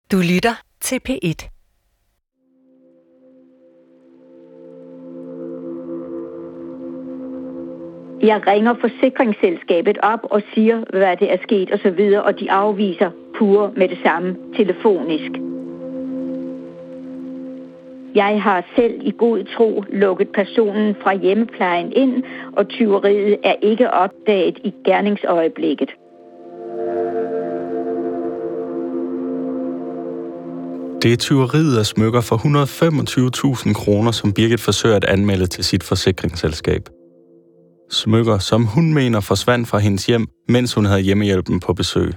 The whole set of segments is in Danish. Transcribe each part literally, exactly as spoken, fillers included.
Du lytter til P et. Jeg ringer forsikringsselskabet op og siger, hvad det er sket og så videre, og de afviser pure med det samme telefonisk. Jeg har selv i god tro lukket personen fra hjemmeplejen ind, og tyveriet er ikke opdaget i gerningsøjeblikket. Det er tyveriet af smykker for et hundrede og femogtyve tusind kroner, som Birgit forsøger at anmelde til sit forsikringsselskab. Smykker, som hun mener forsvandt fra hendes hjem, mens hun havde hjemmehjælpen på besøg.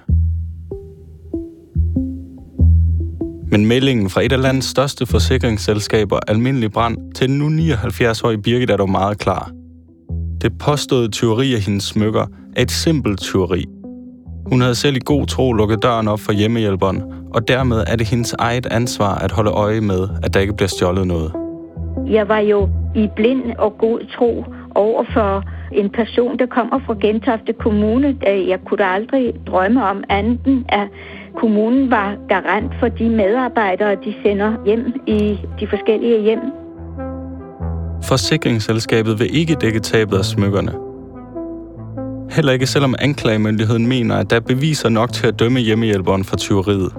Men meldingen fra et af landets største forsikringsselskaber, Almindelig Brand, til den nu nioghalvfjerds-årige Birgit er dog meget klar. Det påståede tyveri af hendes smykker er et simpelt tyveri. Hun havde selv i god tro lukket døren op for hjemmehjælperen, og dermed er det hendes eget ansvar at holde øje med, at der ikke bliver stjålet noget. Jeg var jo i blind og god tro over for en person, der kommer fra Gentofte Kommune. Jeg kunne da aldrig drømme om anden, at kommunen var garant for de medarbejdere, de sender hjem i de forskellige hjem. Forsikringsselskabet vil ikke dække tabet af smykkerne. Heller ikke selvom anklagemyndigheden mener, at der er beviser nok til at dømme hjemmehjælperen for tyveriet.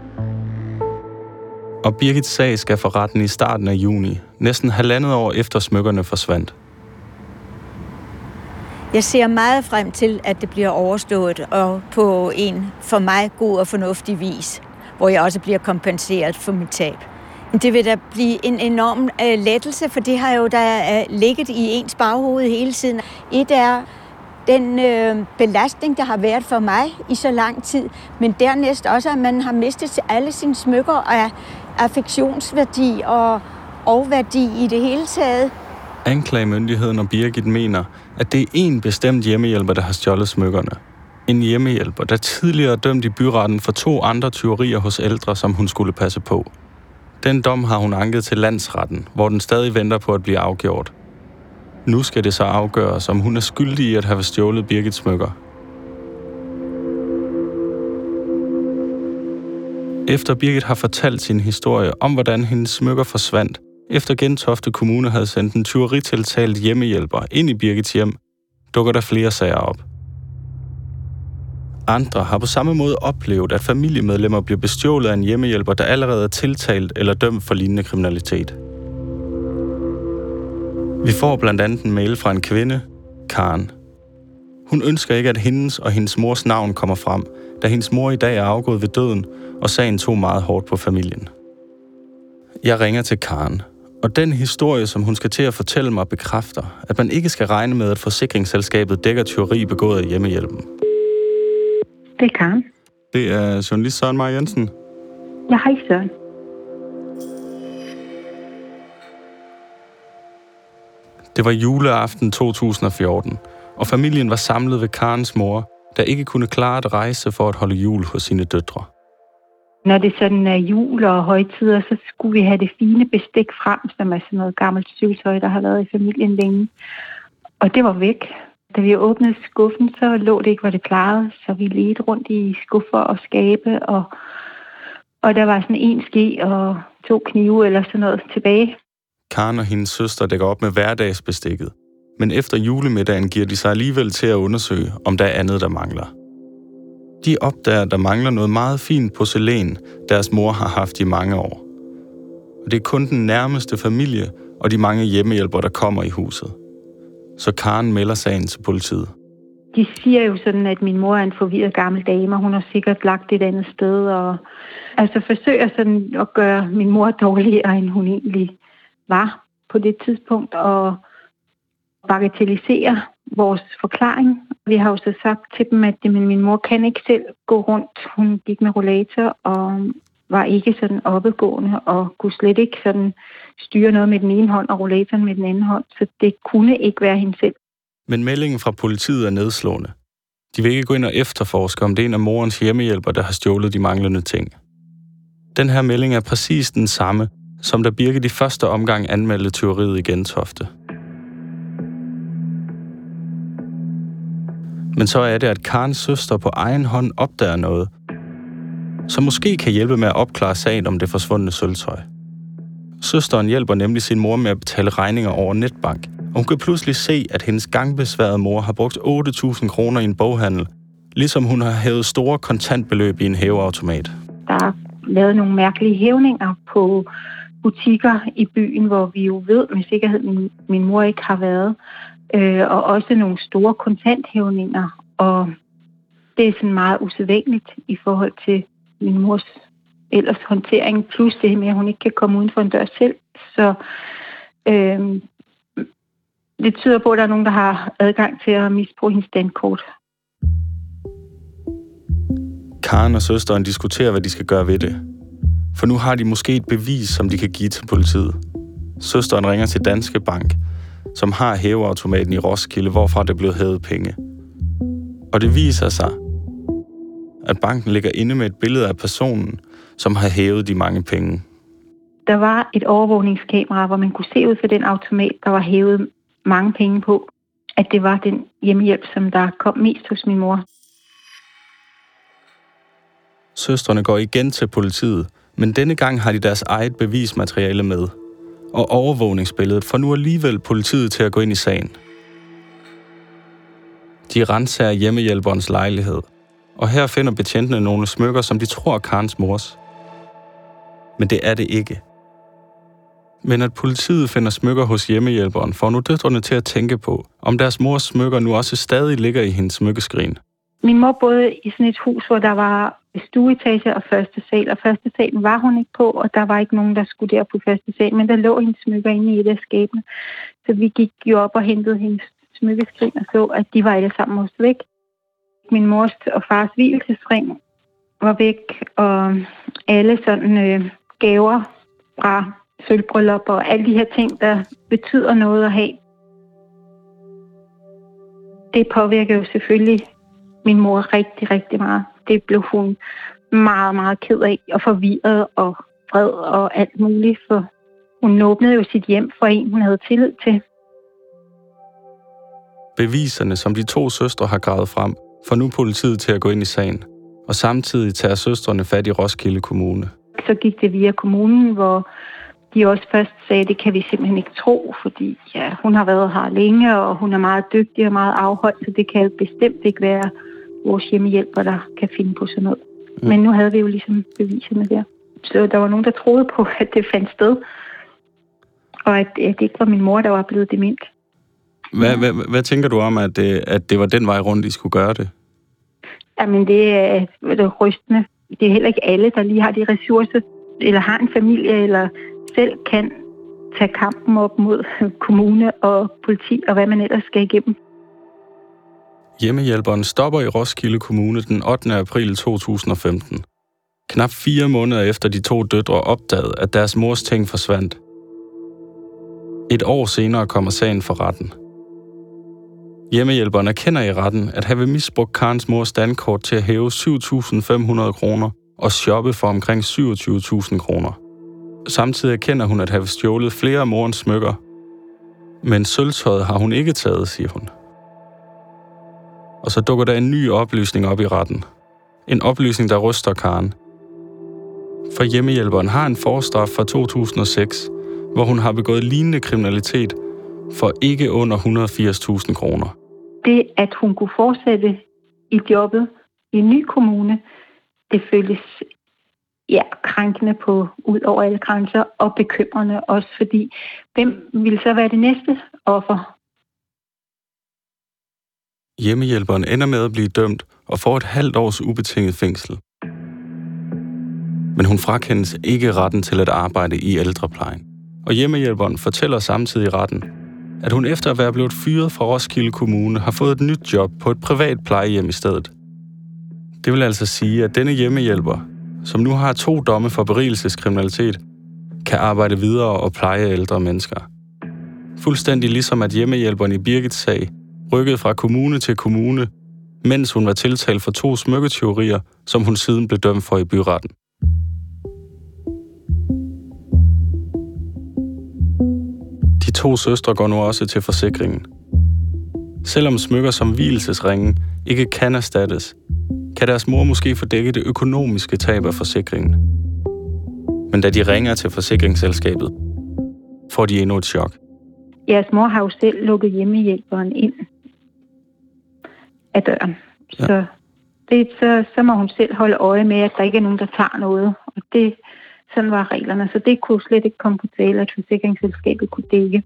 Og Birgits sag skal for retten i starten af juni, næsten halvandet år efter smykkerne forsvandt. Jeg ser meget frem til, at det bliver overstået, og på en for mig god og fornuftig vis, hvor jeg også bliver kompenseret for mit tab. Det vil da blive en enorm uh, lettelse, for det har jo da uh, ligget i ens baghoved hele tiden. Et er den øh, belastning, der har været for mig i så lang tid, men dernæst også, at man har mistet alle sine smykker af affektionsværdi og, og værdi i det hele taget. Anklagemyndigheden og Birgit mener, at det er en bestemt hjemmehjælper, der har stjålet smykkerne. En hjemmehjælper, der tidligere er dømt i byretten for to andre tyverier hos ældre, som hun skulle passe på. Den dom har hun anket til landsretten, hvor den stadig venter på at blive afgjort. Nu skal det så afgøres, om hun er skyldig i at have stjålet Birgits smykker. Efter Birgit har fortalt sin historie om, hvordan hendes smykker forsvandt, efter Gentofte Kommune havde sendt en tyveritiltalt hjemmehjælper ind i Birgits hjem, dukker der flere sager op. Andre har på samme måde oplevet, at familiemedlemmer bliver bestjålet af en hjemmehjælper, der allerede er tiltalt eller dømt for lignende kriminalitet. Vi får blandt andet en mail fra en kvinde, Karen. Hun ønsker ikke, at hendes og hendes mors navn kommer frem, da hendes mor i dag er afgået ved døden, og sagen tog meget hårdt på familien. Jeg ringer til Karen, og den historie, som hun skal til at fortælle mig, bekræfter, at man ikke skal regne med, at forsikringsselskabet dækker tyveri begået af hjemmehjælpen. Det er Karen. Det er journalist Søren Mayer Jensen. Jeg hej Søren. Det var juleaften to tusind og fjorten, og familien var samlet ved Karens mor, der ikke kunne klare at rejse for at holde jul hos sine døtre. Når det sådan er jul og højtider, så skulle vi have det fine bestik frem, som er sådan noget gammelt syltøj, der har været i familien længe. Og det var væk. Da vi åbnede skuffen, så lå det ikke, hvor det plejede, så vi ledte rundt i skuffer og skabe, og, og der var sådan en ske og to knive eller sådan noget tilbage. Karen og hendes søster dækker op med hverdagsbestikket, men efter julemiddagen giver de sig alligevel til at undersøge, om der er andet, der mangler. De opdager, at der mangler noget meget fint porcelæn, deres mor har haft i mange år. Og det er kun den nærmeste familie og de mange hjemmehjælpere, der kommer i huset. Så Karen melder sagen til politiet. De siger jo sådan, at min mor er en forvirret gammel dame, og hun har sikkert lagt det et andet sted, og altså forsøger sådan at gøre min mor dårligere, end hun egentlig var på det tidspunkt, og bagatellisere vores forklaring. Vi har jo så sagt til dem, at men min mor kan ikke selv gå rundt. Hun gik med rollator og var ikke sådan oppegående og kunne slet ikke sådan styre noget med den ene hånd og rollatoren med den anden hånd, så det kunne ikke være hende selv. Men meldingen fra politiet er nedslående. De vil ikke gå ind og efterforske, om det er en af morens hjemmehjælper, der har stjålet de manglende ting. Den her melding er præcis den samme, som da Birgit i første omgang anmeldte tyveriet i Gentofte. Men så er det, at Karens søster på egen hånd opdager noget, som måske kan hjælpe med at opklare sagen om det forsvundne sølvtøj. Søsteren hjælper nemlig sin mor med at betale regninger over netbank, og hun kan pludselig se, at hendes gangbesværede mor har brugt otte tusind kroner i en boghandel, ligesom hun har hævet store kontantbeløb i en hæveautomat. Der er lavet nogle mærkelige hævninger på butikker i byen, hvor vi jo ved med sikkerhed, at min, min mor ikke har været. Øh, og også nogle store kontanthævninger. Og det er sådan meget usædvanligt i forhold til min mors ellers håndtering, plus det med, at hun ikke kan komme uden for en dør selv. Så øh, det tyder på, at der er nogen, der har adgang til at misbruge hendes dankort. Karen og søsteren diskuterer, hvad de skal gøre ved det. For nu har de måske et bevis, som de kan give til politiet. Søsteren ringer til Danske Bank, som har hæveautomaten i Roskilde, hvorfra det blev hævet penge. Og det viser sig, at banken ligger inde med et billede af personen, som har hævet de mange penge. Der var et overvågningskamera, hvor man kunne se ud fra den automat, der var hævet mange penge på, at det var den hjemmehjælp, som der kom mest hos min mor. Søstrene går igen til politiet, men denne gang har de deres eget bevismateriale med. Og overvågningsbilledet får nu alligevel politiet til at gå ind i sagen. De ransager hjemmehjælperens lejlighed, og her finder betjentene nogle smykker, som de tror er Karens mors. Men det er det ikke. Men at politiet finder smykker hos hjemmehjælperen, får nu døtrene til at tænke på, om deres mors smykker nu også stadig ligger i hendes smykkeskrin. Min mor boede i sådan et hus, hvor der var stueetage og første sal, og første salen var hun ikke på, og der var ikke nogen, der skulle der på første sal, men der lå hendes smykker inde i et af skabene. Så vi gik jo op og hentede hendes smykkeskrin og så, at de var alle sammen hos væk. Min mors og fars vielsesring var væk, og alle sådan øh, gaver fra sølvbryllup og alle de her ting, der betyder noget at have. Det påvirker jo selvfølgelig min mor rigtig, rigtig meget. Det blev hun meget, meget ked af og forvirret og vred og alt muligt, for hun åbnede jo sit hjem for en, hun havde tillid til. Beviserne, som de to søstre har gravet frem, får nu politiet til at gå ind i sagen, og samtidig tager søstrene fat i Roskilde Kommune. Så gik det via kommunen, hvor de også først sagde, at det kan vi simpelthen ikke tro, fordi ja, hun har været her længe, og hun er meget dygtig og meget afholdt, så det kan bestemt ikke være vores hjemmehjælper, der kan finde på sådan noget. Mm. Men nu havde vi jo ligesom beviserne der. Så der var nogen, der troede på, at det fandt sted, og at, at det ikke var min mor, der var blevet dement. Hvad, hvad, hvad tænker du om, at det, at det var den vej rundt, de skulle gøre det? Jamen, det er, det er rystende. Det er heller ikke alle, der lige har de ressourcer, eller har en familie, eller selv kan tage kampen op mod kommune og politi, og hvad man ellers skal igennem. Hjemmehjælperen stopper i Roskilde Kommune den ottende april to tusind og femten. Knap fire måneder efter de to døtre opdagede, at deres mors ting forsvandt. Et år senere kommer sagen for retten. Hjemmehjælperen erkender i retten, at have misbrugt Karens mors dankort til at hæve syv tusind fem hundrede kroner og shoppe for omkring syvogtyve tusind kroner. Samtidig erkender hun at have stjålet flere af morens smykker. Men sølvtøjet har hun ikke taget, siger hun. Og så dukker der en ny oplysning op i retten. En oplysning, der ryster Karen. For hjemmehjælperen har en forstraf fra to tusind og seks, hvor hun har begået lignende kriminalitet for ikke under et hundrede og firs tusind kroner. Det, at hun kunne fortsætte i jobbet i en ny kommune, det føles ja, krænkende på ud over alle grænser og bekymrende også, fordi hvem vil så være det næste offer? Hjemmehjælperen ender med at blive dømt og får et halvt års ubetinget fængsel. Men hun frakendes ikke retten til at arbejde i ældreplejen. Og hjemmehjælperen fortæller samtidig i retten, at hun efter at være blevet fyret fra Roskilde Kommune har fået et nyt job på et privat plejehjem i stedet. Det vil altså sige, at denne hjemmehjælper, som nu har to domme for berigelseskriminalitet, kan arbejde videre og pleje ældre mennesker. Fuldstændig ligesom at hjemmehjælperen i Birgits sag rykkede fra kommune til kommune, mens hun var tiltalt for to smykketyverier, som hun siden blev dømt for i byretten. De to søstre går nu også til forsikringen. Selvom smykker som vielsesringen ikke kan erstattes, kan deres mor måske få dækket det økonomiske tab af forsikringen. Men da de ringer til forsikringsselskabet, får de endnu et chok. Jeres mor har jo selv lukket hjemmehjælperen ind af døren. Ja. Så, det, så, så må hun selv holde øje med, at der ikke er nogen, der tager noget. Og det, sådan var reglerne. Så det kunne slet ikke komme på tale, at forsikringsselskabet kunne dække.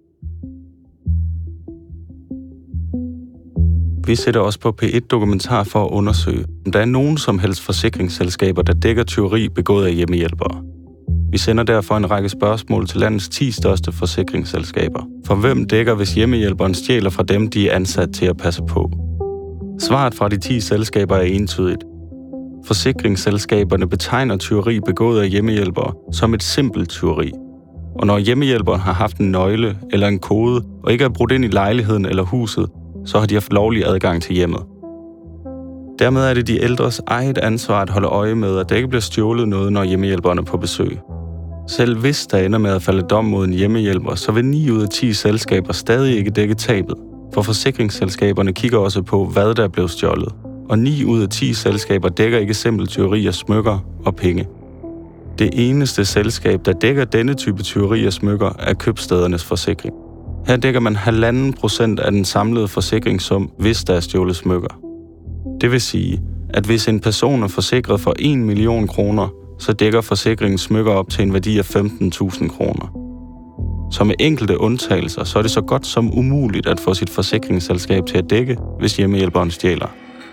Vi sætter også på P et Dokumentar for at undersøge, om der er nogen som helst forsikringsselskaber, der dækker tyveri begået af hjemmehjælpere. Vi sender derfor en række spørgsmål til landets ti største forsikringsselskaber. For hvem dækker, hvis hjemmehjælperen stjæler fra dem, de er ansat til at passe på? Svaret fra de ti selskaber er entydigt. Forsikringsselskaberne betegner tyveri begået af hjemmehjælpere som et simpelt tyveri. Og når hjemmehjælperen har haft en nøgle eller en kode, og ikke er brudt ind i lejligheden eller huset, så har de haft lovlig adgang til hjemmet. Dermed er det de ældres eget ansvar at holde øje med, at der ikke bliver stjålet noget, når hjemmehjælperne er på besøg. Selv hvis der ender med at falde dom mod en hjemmehjælper, så vil ni ud af ti selskaber stadig ikke dække tabet. For forsikringsselskaberne kigger også på, hvad der er blevet stjålet. Og ni ud af ti selskaber dækker ikke simpelt tyveri af smykker og penge. Det eneste selskab, der dækker denne type tyveri af smykker, er købstædernes forsikring. Her dækker man halvanden procent af den samlede forsikringssum, hvis der er stjålet smykker. Det vil sige, at hvis en person er forsikret for en million kroner, så dækker forsikringen smykker op til en værdi af femten tusind kroner. Så med enkelte undtagelser, så er det så godt som umuligt at få sit forsikringsselskab til at dække, hvis hjemmehjælperen stjæler.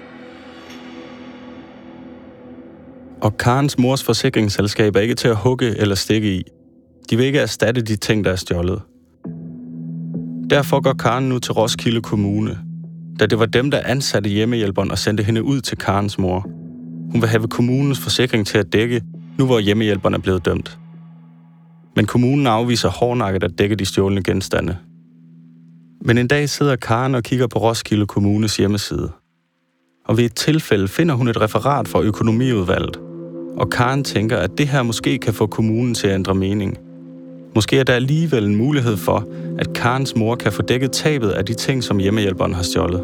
Og Karens mors forsikringsselskab er ikke til at hugge eller stikke i. De vil ikke erstatte de ting, der er stjålet. Derfor går Karen nu til Roskilde Kommune, da det var dem, der ansatte hjemmehjælperen og sendte hende ud til Karens mor. Hun vil have kommunens forsikring til at dække, nu hvor hjemmehjælperen er blevet dømt. Men kommunen afviser hårdnakket at dække de stjålne genstande. Men en dag sidder Karen og kigger på Roskilde Kommunes hjemmeside. Og ved et tilfælde finder hun et referat fra økonomiudvalget. Og Karen tænker, at det her måske kan få kommunen til at ændre mening. Måske er der alligevel en mulighed for, at Karens mor kan få dækket tabet af de ting, som hjemmehjælperen har stjålet.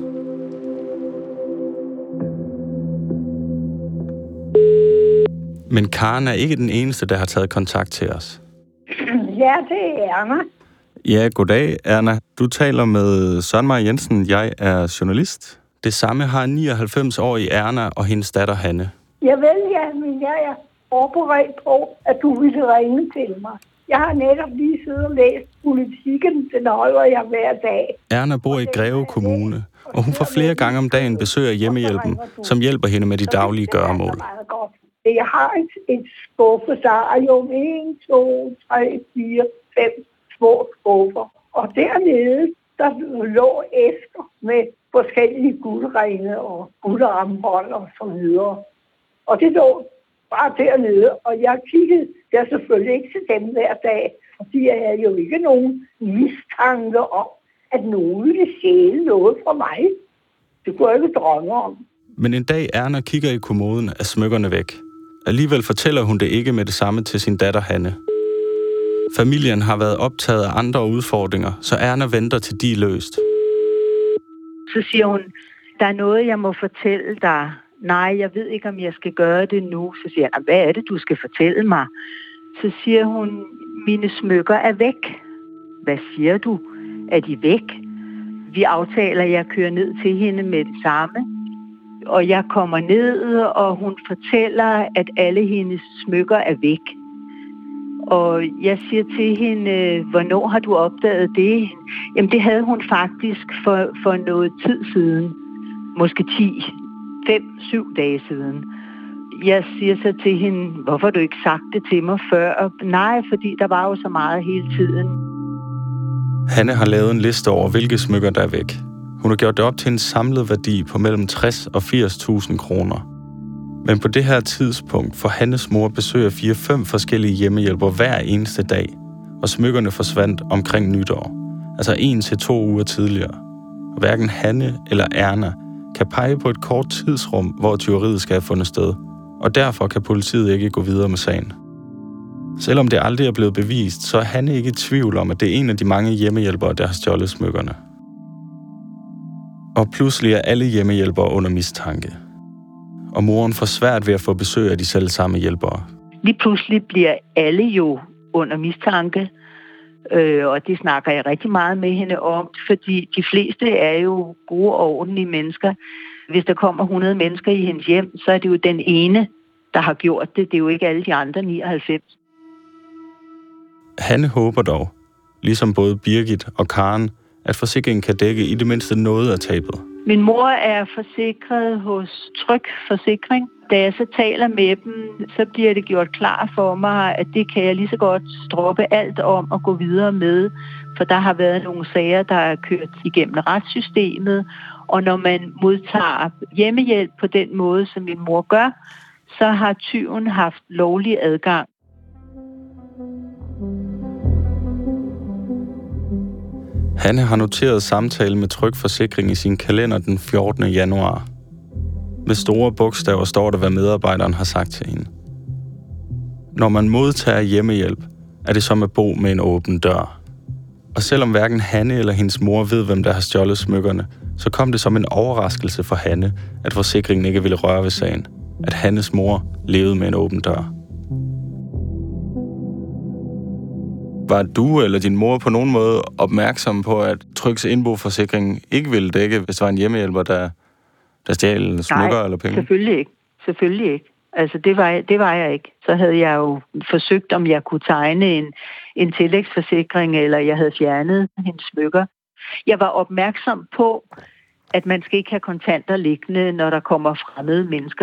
Men Karen er ikke den eneste, der har taget kontakt til os. Ja, det er Erna. Ja, goddag, Erna. Du taler med Søren Meier Jensen. Jeg er journalist. Det samme har nioghalvfems-årige Erna og hendes datter Hanne. Jeg ved, ja, men jeg er forberedt på, at du ville ringe til mig. Jeg har netop lige siddet og læst Politikken, den holder jeg hver dag. Erna bor i Greve Kommune, og hun får flere gange om dagen besøg af hjemmehjælpen, som hjælper hende med de daglige gøremål. Jeg har et, et skuffe, der er jo en, to, tre, fire, fem små skuffer. Og dernede, der lå æsker med forskellige guldringe og guldarmbånd og så videre. Og det lå bare dernede, og jeg kiggede der selvfølgelig ikke til dem hver dag, fordi jeg havde jo ikke nogen mistanke om, at nogen ville stjæle noget fra mig. Det kunne jeg ikke drømme om. Men en dag Erna kigger i kommoden, er smykkerne væk. Alligevel fortæller hun det ikke med det samme til sin datter Hanne. Familien har været optaget af andre udfordringer, så Erna venter til de er løst. Så siger hun, der er noget, jeg må fortælle dig. Nej, jeg ved ikke, om jeg skal gøre det nu. Så siger jeg, hvad er det, du skal fortælle mig? Så siger hun, mine smykker er væk. Hvad siger du? Er de væk? Vi aftaler, at jeg kører ned til hende med det samme. Og jeg kommer ned, og hun fortæller, at alle hendes smykker er væk. Og jeg siger til hende, hvornår har du opdaget det? Jamen, det havde hun faktisk for, for noget tid siden. Måske ti, fem, syv dage siden. Jeg siger så til hende, hvorfor har du ikke sagt det til mig før? Og nej, fordi der var jo så meget hele tiden. Hanne har lavet en liste over, hvilke smykker der er væk. Hun har gjort det op til en samlet værdi på mellem tres og firs tusind kroner. Men på det her tidspunkt får Hannes mor besøg af fire fem forskellige hjemmehjælpere hver eneste dag, og smykkerne forsvandt omkring nytår, altså en til to uger tidligere. Og hverken Hanne eller Erna kan pege på et kort tidsrum, hvor tyveriet skal have fundet sted, og derfor kan politiet ikke gå videre med sagen. Selvom det aldrig er blevet bevist, så er Hanne ikke i tvivl om, at det er en af de mange hjemmehjælpere, der har stjålet smykkerne. Og pludselig er alle hjemmehjælpere under mistanke. og moren får svært ved at få besøg af de selv samme hjælpere. Lige pludselig bliver alle jo under mistanke, øh, og det snakker jeg rigtig meget med hende om, fordi de fleste er jo gode og ordentlige mennesker. Hvis der kommer hundrede mennesker i hendes hjem, så er det jo den ene, der har gjort det. Det er jo ikke alle de andre nioghalvfems. Hanne håber dog, ligesom både Birgit og Karen, at forsikringen kan dække i det mindste noget af tabet. Min mor er forsikret hos Tryg Forsikring. Da jeg så taler med dem, så bliver det gjort klar for mig, at det kan jeg lige så godt droppe alt om og gå videre med. For der har været nogle sager, der er kørt igennem retssystemet. Og når man modtager hjemmehjælp på den måde, som min mor gør, så har tyven haft lovlig adgang. Hanne har noteret samtale med Tryg Forsikring i sin kalender den fjortende januar. Med store bogstaver står der, hvad medarbejderen har sagt til hende. Når man modtager hjemmehjælp, er det som at bo med en åben dør. Og selvom hverken Hanne eller hendes mor ved, hvem der har stjålet smykkerne, så kom det som en overraskelse for Hanne, at forsikringen ikke ville røre ved sagen. At Hannes mor levede med en åben dør. Var du eller din mor på nogen måde opmærksom på, at Trygs indboforsikring ikke ville dække, hvis der var en hjemmehjælper, der, der stjal smykker Nej, eller penge? selvfølgelig ikke. Selvfølgelig ikke. Altså, det var, jeg, det var jeg ikke. Så havde jeg jo forsøgt, om jeg kunne tegne en, en tillægsforsikring, eller jeg havde fjernet hendes smykker. Jeg var opmærksom på, at man skal ikke have kontanter liggende, når der kommer fremmede mennesker.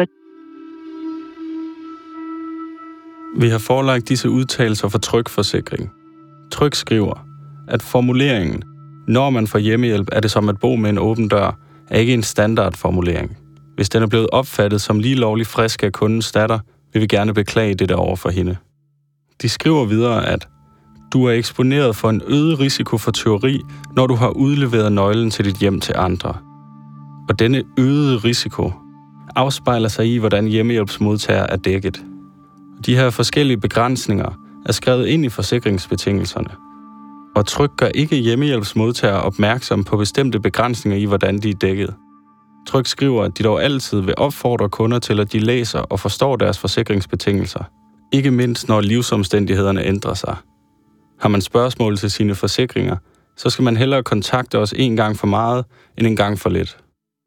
Vi har forelagt disse udtalelser for Tryg Forsikring. Tryg skriver, at formuleringen, når man får hjemmehjælp, er det som at bo med en åben dør, er ikke en standardformulering. Hvis den er blevet opfattet som lige lovlig frisk af kundens datter, vil vi gerne beklage det der over for hende. De skriver videre, at du er eksponeret for en øget risiko for tyveri, når du har udleveret nøglen til dit hjem til andre. Og denne øgede risiko afspejler sig i, hvordan hjemmehjælpsmodtager er dækket. De her forskellige begrænsninger er skrevet ind i forsikringsbetingelserne. Og Tryg gør ikke hjemmehjælpsmodtagere opmærksom på bestemte begrænsninger i, hvordan de er dækket. Tryg skriver, at de dog altid vil opfordre kunder til, at de læser og forstår deres forsikringsbetingelser. Ikke mindst, når livsomstændighederne ændrer sig. Har man spørgsmål til sine forsikringer, så skal man hellere kontakte os en gang for meget, end en gang for lidt.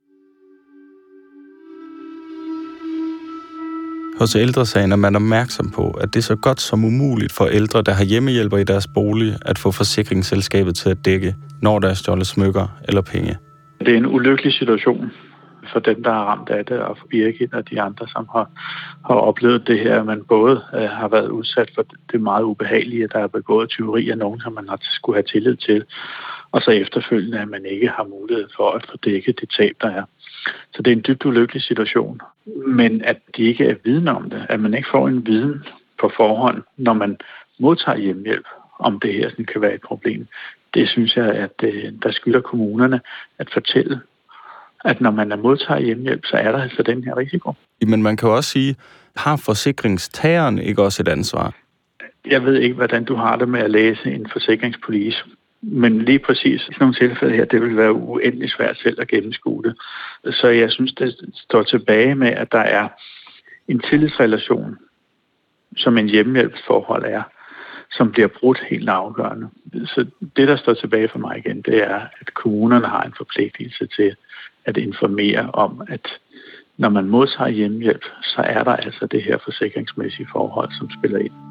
Hos Ældresagen er man opmærksom på, at det er så godt som umuligt for ældre, der har hjemmehjælper i deres bolig, at få forsikringsselskabet til at dække, når der er stjålet smykker eller penge. Det er en ulykkelig situation for dem, der har ramt af det, og for Birgit og de andre, som har, har oplevet det her. Man både øh, har været udsat for det meget ubehagelige, der er begået tyveri af nogen, som man har skulle have tillid til, og så efterfølgende, at man ikke har mulighed for at få dækket det tab, der er. Så det er en dybt ulykkelig situation. Men at de ikke er viden om det, at man ikke får en viden på forhånd, når man modtager hjemmehjælp, om det her sådan kan være et problem, det synes jeg, at øh, der skylder kommunerne at fortælle, at når man er modtager hjemmehjælp, så er der altså den her risiko. Men man kan jo også sige, har forsikringstageren ikke også et ansvar? Jeg ved ikke, hvordan du har det med at læse en forsikringspolice. Men lige præcis i sådan nogle tilfælde her, det vil være uendelig svært selv at gennemskue det. Så jeg synes, det står tilbage med, at der er en tillidsrelation, som en hjemmehjælpsforhold er, som bliver brudt helt afgørende. Så det, der står tilbage for mig igen, det er, at kommunerne har en forpligtelse til at informere om, at når man modtager hjemmehjælp, så er der altså det her forsikringsmæssige forhold, som spiller ind.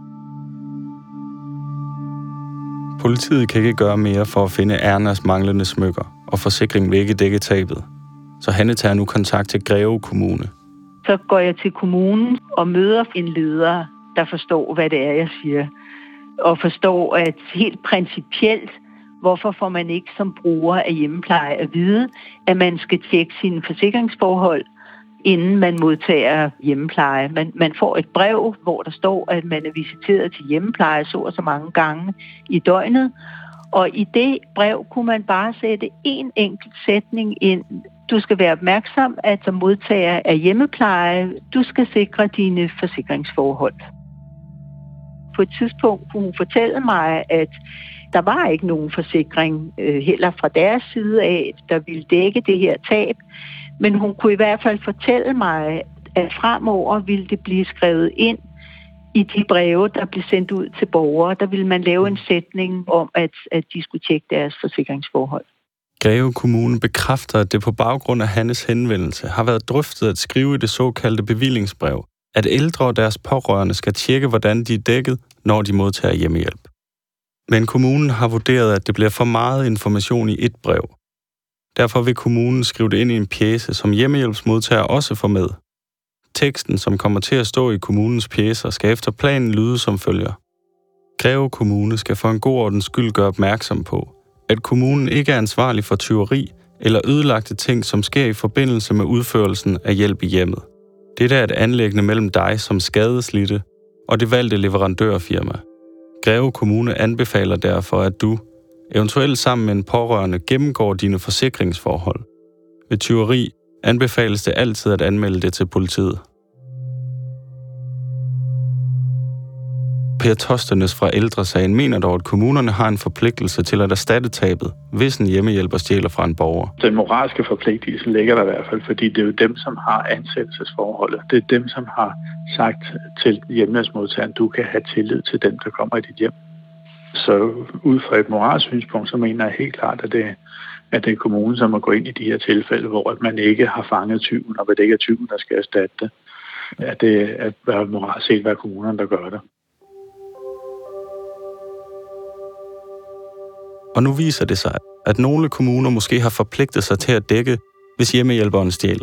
Politiet kan ikke gøre mere for at finde Ernas manglende smykker, og forsikringen vil ikke dække tabet. Så Hanne tager nu kontakt til Greve Kommune. Så går jeg til kommunen og møder en leder, der forstår, hvad det er, jeg siger. Og forstår, at helt principielt, hvorfor får man ikke som bruger af hjemmepleje at vide, at man skal tjekke sine forsikringsforhold, inden man modtager hjemmepleje. Man, man får et brev, hvor der står, at man er visiteret til hjemmepleje så og så mange gange i døgnet. Og i det brev kunne man bare sætte en enkelt sætning ind. Du skal være opmærksom, at som modtager af hjemmepleje, du skal sikre dine forsikringsforhold. På et tidspunkt kunne hun fortælle mig, at der var ikke nogen forsikring øh, heller fra deres side af, der ville dække det her tab. Men hun kunne i hvert fald fortælle mig, at fremover ville det blive skrevet ind i de breve, der blev sendt ud til borgere. Der ville man lave en sætning om, at, at de skulle tjekke deres forsikringsforhold. Greve Kommune bekræfter, at det på baggrund af Hannes henvendelse har været drøftet at skrive i det såkaldte bevillingsbrev, at ældre og deres pårørende skal tjekke, hvordan de er dækket, når de modtager hjemmehjælp. Men kommunen har vurderet, at det bliver for meget information i et brev. Derfor vil kommunen skrive det ind i en pjece, som hjemmehjælpsmodtager også får med. Teksten, som kommer til at stå i kommunens pjecer, skal efter planen lyde som følger. Greve Kommune skal for en god ordens skyld gøre opmærksom på, at kommunen ikke er ansvarlig for tyveri eller ødelagte ting, som sker i forbindelse med udførelsen af hjælp i hjemmet. Dette er et anliggende mellem dig som skadeslidte og det valgte leverandørfirma. Greve Kommune anbefaler derfor, at du, eventuelt sammen med en pårørende, gennemgår dine forsikringsforhold. Ved tyveri anbefales det altid at anmelde det til politiet. Per Tostenes fra Ældresagen mener dog, at kommunerne har en forpligtelse til at erstatte tabet, hvis en hjemmehjælper stjæler fra en borger. Den moralske forpligtelse ligger der i hvert fald, fordi det er jo dem, som har ansættelsesforholdet. Det er dem, som har sagt til hjemmehjælpsmodtageren, du kan have tillid til dem, der kommer i dit hjem. Så ud fra et moralsynspunkt, så mener jeg helt klart, at det, at det er kommunen, som må gå ind i de her tilfælde, hvor man ikke har fanget tyven, og det ikke er tyven, der skal erstatte det. At det er moralsk set, hvad kommunerne, der gør det. Og nu viser det sig, at nogle kommuner måske har forpligtet sig til at dække, hvis hjemmehjælperen stjæler.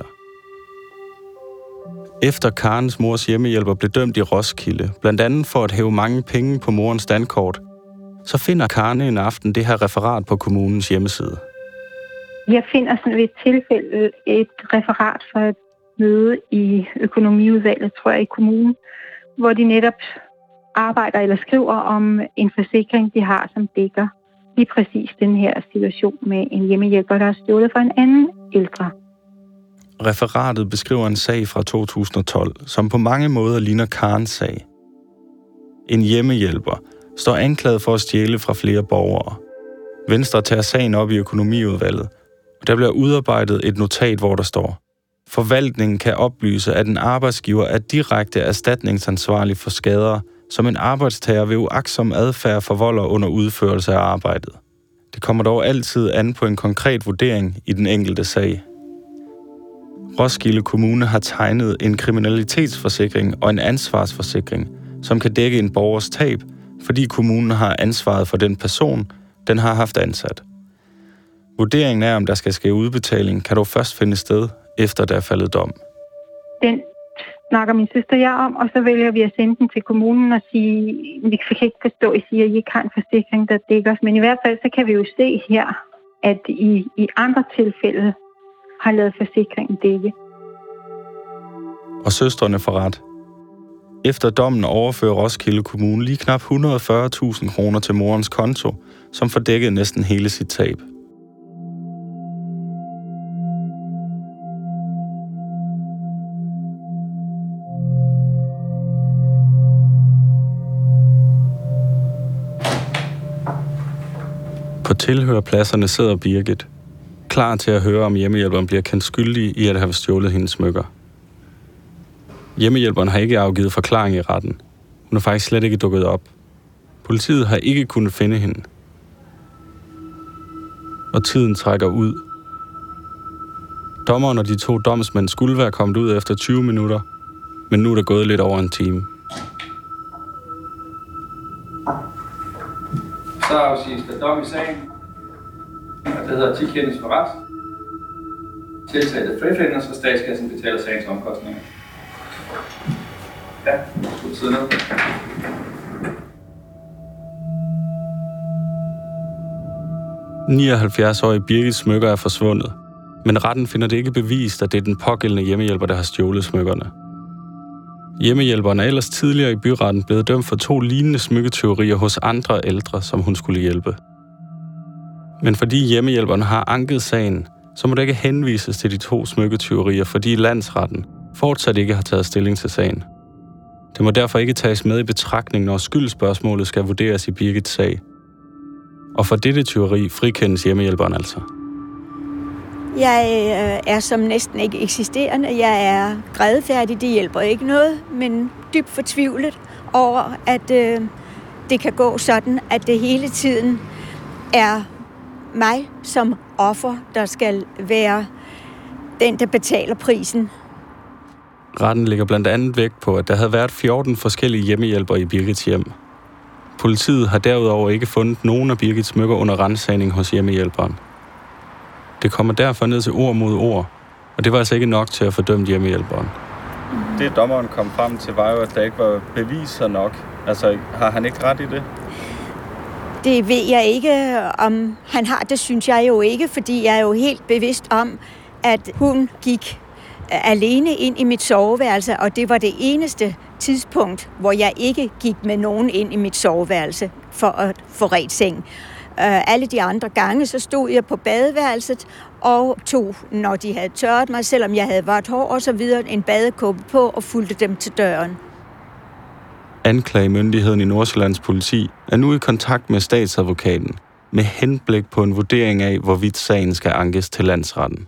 Efter Karens mors hjemmehjælper blev dømt i Roskilde, blandt andet for at hæve mange penge på morens dankort, så finder Karen en aften det her referat på kommunens hjemmeside. Jeg finder sådan ved et tilfælde et referat fra et møde i økonomiudvalget, tror jeg, i kommunen, hvor de netop arbejder eller skriver om en forsikring, de har, som dækker lige præcis den her situation med en hjemmehjælper, der er stjålet fra en anden ældre. Referatet beskriver en sag fra to tusind og tolv, som på mange måder ligner Karens sag. En hjemmehjælper står anklaget for at stjæle fra flere borgere. Venstre tager sagen op i økonomiudvalget, og der bliver udarbejdet et notat, hvor der står: Forvaltningen kan oplyse, at en arbejdsgiver er direkte erstatningsansvarlig for skader, som en arbejdstager ved uagtsom adfærd forvolder under udførelse af arbejdet. Det kommer dog altid an på en konkret vurdering i den enkelte sag. Roskilde Kommune har tegnet en kriminalitetsforsikring og en ansvarsforsikring, som kan dække en borgers tab, fordi kommunen har ansvaret for den person, den har haft ansat. Vurderingen af, om der skal ske udbetaling, kan dog først finde sted, efter der er faldet dom. Den snakker min søster og jeg om, og så vælger vi at sende den til kommunen og sige, vi kan ikke forstå, at I siger, at I ikke har en forsikring, der dækker os. Men i hvert fald, så kan vi jo se her, at I i andre tilfælde har lavet forsikringen dække. Og søstrene får ret. Efter dommen overfører Roskilde Kommune lige knap et hundrede og fyrre tusind kroner til morens konto, som får dækket næsten hele sit tab. På tilhørerpladserne sidder Birgit, klar til at høre, om hjemmehjælperen bliver kendt skyldig i at have stjålet hendes smykker. Hjemmehjælperen har ikke afgivet forklaring i retten. Hun er faktisk slet ikke dukket op. Politiet har ikke kunnet finde hende. Og tiden trækker ud. Dommeren og de to domsmænd skulle være kommet ud efter tyve minutter, men nu er der gået lidt over en time. Så afsiges der dom i sagen, og det hedder ti kendes for ret. Tiltalte frifindes, og statskassen betaler sagens omkostninger. Ja, skud tiden op. nioghalvfjerds-årige Birgits smykker er forsvundet, men retten finder det ikke bevist, at det er den pågældende hjemmehjælper, der har stjålet smykkerne. Hjemmehjælperen er ellers tidligere i byretten blevet dømt for to lignende smykketyverier hos andre ældre, som hun skulle hjælpe. Men fordi hjemmehjælperen har anket sagen, så må det ikke henvises til de to smykketyverier, fordi landsretten fortsat ikke har taget stilling til sagen. Det må derfor ikke tages med i betragtning, når skyldspørgsmålet skal vurderes i Birgits sag. Og for dette tyveri frikendes hjemmehjælperen altså. Jeg øh, er som næsten ikke eksisterende. Jeg er grædefærdig, det hjælper ikke noget, men dybt fortvivlet over, at øh, det kan gå sådan, at det hele tiden er mig som offer, der skal være den, der betaler prisen. Retten lægger blandt andet vægt på, at der havde været fjorten forskellige hjemmehjælpere i Birgits hjem. Politiet har derudover ikke fundet nogen af Birgits smykker under ransagning hos hjemmehjælperen. Det kommer derfor ned til ord mod ord, og det var altså ikke nok til at fordømme hjemmehjælperen. Det dommeren kom frem til, var jo, at der ikke var beviser nok. Altså, har han ikke ret i det? Det ved jeg ikke, om han har. Det synes jeg jo ikke, fordi jeg er jo helt bevidst om, at hun gik alene ind i mit soveværelse, og det var det eneste tidspunkt, hvor jeg ikke gik med nogen ind i mit soveværelse for at få ret seng. Uh, alle de andre gange, så stod jeg på badeværelset og tog, når de havde tørret mig, selvom jeg havde vådt hår og så videre, en badekåbe på og fulgte dem til døren. Anklagemyndigheden i Nordsjællands politi er nu i kontakt med statsadvokaten med henblik på en vurdering af, hvorvidt sagen skal ankes til landsretten.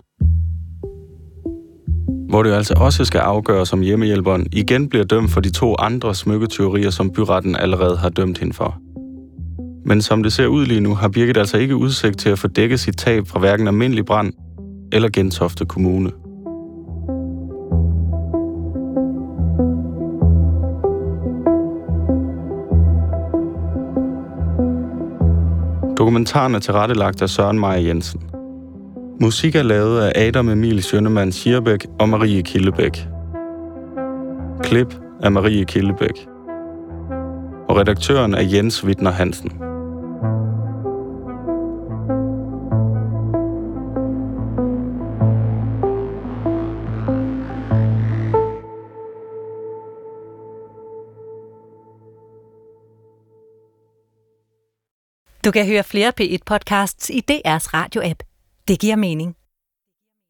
Hvor det jo altså også skal afgøres, om hjemmehjælperen igen bliver dømt for de to andre smykketyverier, som byretten allerede har dømt hende for. Men som det ser ud lige nu, har Birgit altså ikke udsigt til at få dækket sit tab fra hverken Almindelig Brand eller Gentofte Kommune. Dokumentaren er tilrettelagt af Søren Meyer Jensen. Musik er lavet af Adam Emil Schønnemann Schierbæk og Marie Kildebæk. Klip af Marie Kildebæk. Og redaktøren er Jens Wittner Hansen. Du kan høre flere P et podcasts i D R's radio-app. Det giver mening.